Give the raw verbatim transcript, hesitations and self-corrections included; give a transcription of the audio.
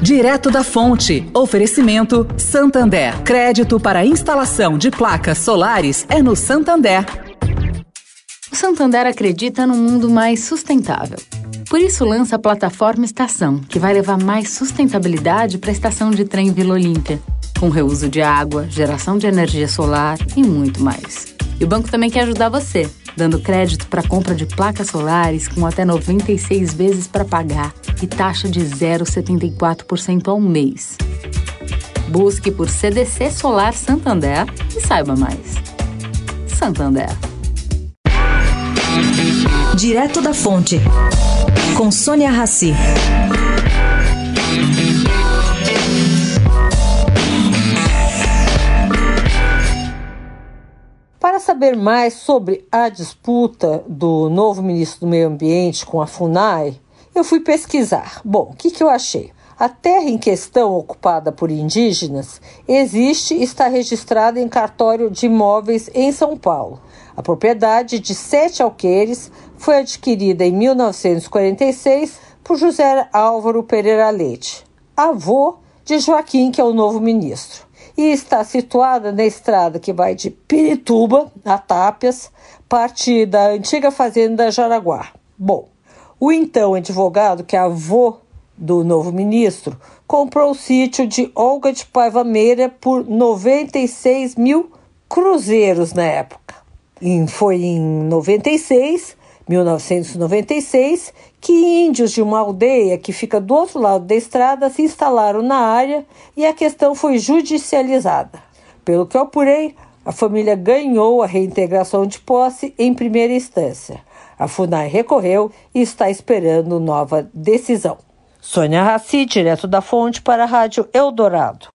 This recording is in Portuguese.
Direto da fonte. Oferecimento Santander. Crédito para instalação de placas solares é no Santander. O Santander acredita num mundo mais sustentável. Por isso lança a plataforma Estação, que vai levar mais sustentabilidade para a estação de trem Vila Olímpia, com reuso de água, geração de energia solar e muito mais. E o banco também quer ajudar você, dando crédito para compra de placas solares com até noventa e seis vezes para pagar e taxa de zero vírgula setenta e quatro por cento ao mês. Busque por C D C Solar Santander e saiba mais. Santander. Direto da fonte, com Sônia Rassi. Para saber mais sobre a disputa do novo ministro do Meio Ambiente com a FUNAI, eu fui pesquisar. Bom, o que, que eu achei? A terra em questão, ocupada por indígenas, existe e está registrada em cartório de imóveis em São Paulo. A propriedade de sete alqueires foi adquirida em mil novecentos e quarenta e seis por José Álvaro Pereira Leite, avô de Joaquim, que é o novo ministro. E está situada na estrada que vai de Pirituba a Tápias, parte da antiga fazenda Jaraguá. Bom, o então advogado, que é avô do novo ministro, comprou o sítio de Olga de Paiva Meira por noventa e seis mil cruzeiros na época. E foi em noventa e seis, mil novecentos e noventa e seis, que índios de uma aldeia que fica do outro lado da estrada se instalaram na área e a questão foi judicializada. Pelo que eu apurei, a família ganhou a reintegração de posse em primeira instância. A FUNAI recorreu e está esperando nova decisão. Sônia Rassi, direto da fonte para a Rádio Eldorado.